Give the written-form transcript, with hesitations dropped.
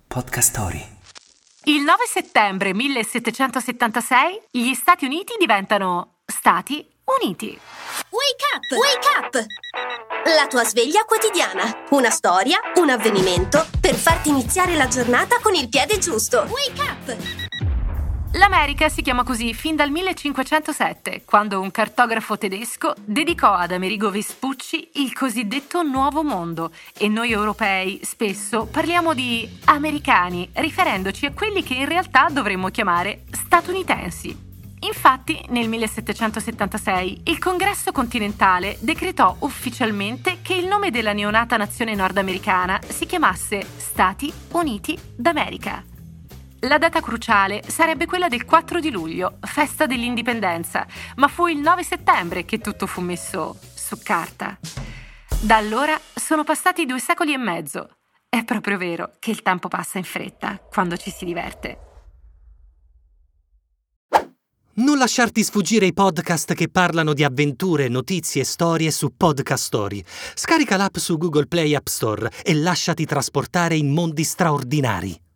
Podcast Story. Il 9 settembre 1776 gli Stati Uniti diventano Stati Uniti. Wake up! La tua sveglia quotidiana. Una storia, un avvenimento per farti iniziare la giornata con il piede giusto. Wake up! L'America si chiama così fin dal 1507, quando un cartografo tedesco dedicò ad Amerigo Vespucci il cosiddetto Nuovo Mondo, e noi europei spesso parliamo di americani, riferendoci a quelli che in realtà dovremmo chiamare statunitensi. Infatti, nel 1776 il Congresso continentale decretò ufficialmente che il nome della neonata nazione nordamericana si chiamasse Stati Uniti d'America. La data cruciale sarebbe quella del 4 di luglio, festa dell'indipendenza, ma fu il 9 settembre che tutto fu messo su carta. Da allora sono passati 2 secoli e mezzo. È proprio vero che il tempo passa in fretta quando ci si diverte. Non lasciarti sfuggire i podcast che parlano di avventure, notizie e storie su Podcast Story. Scarica l'app su Google Play App Store e lasciati trasportare in mondi straordinari.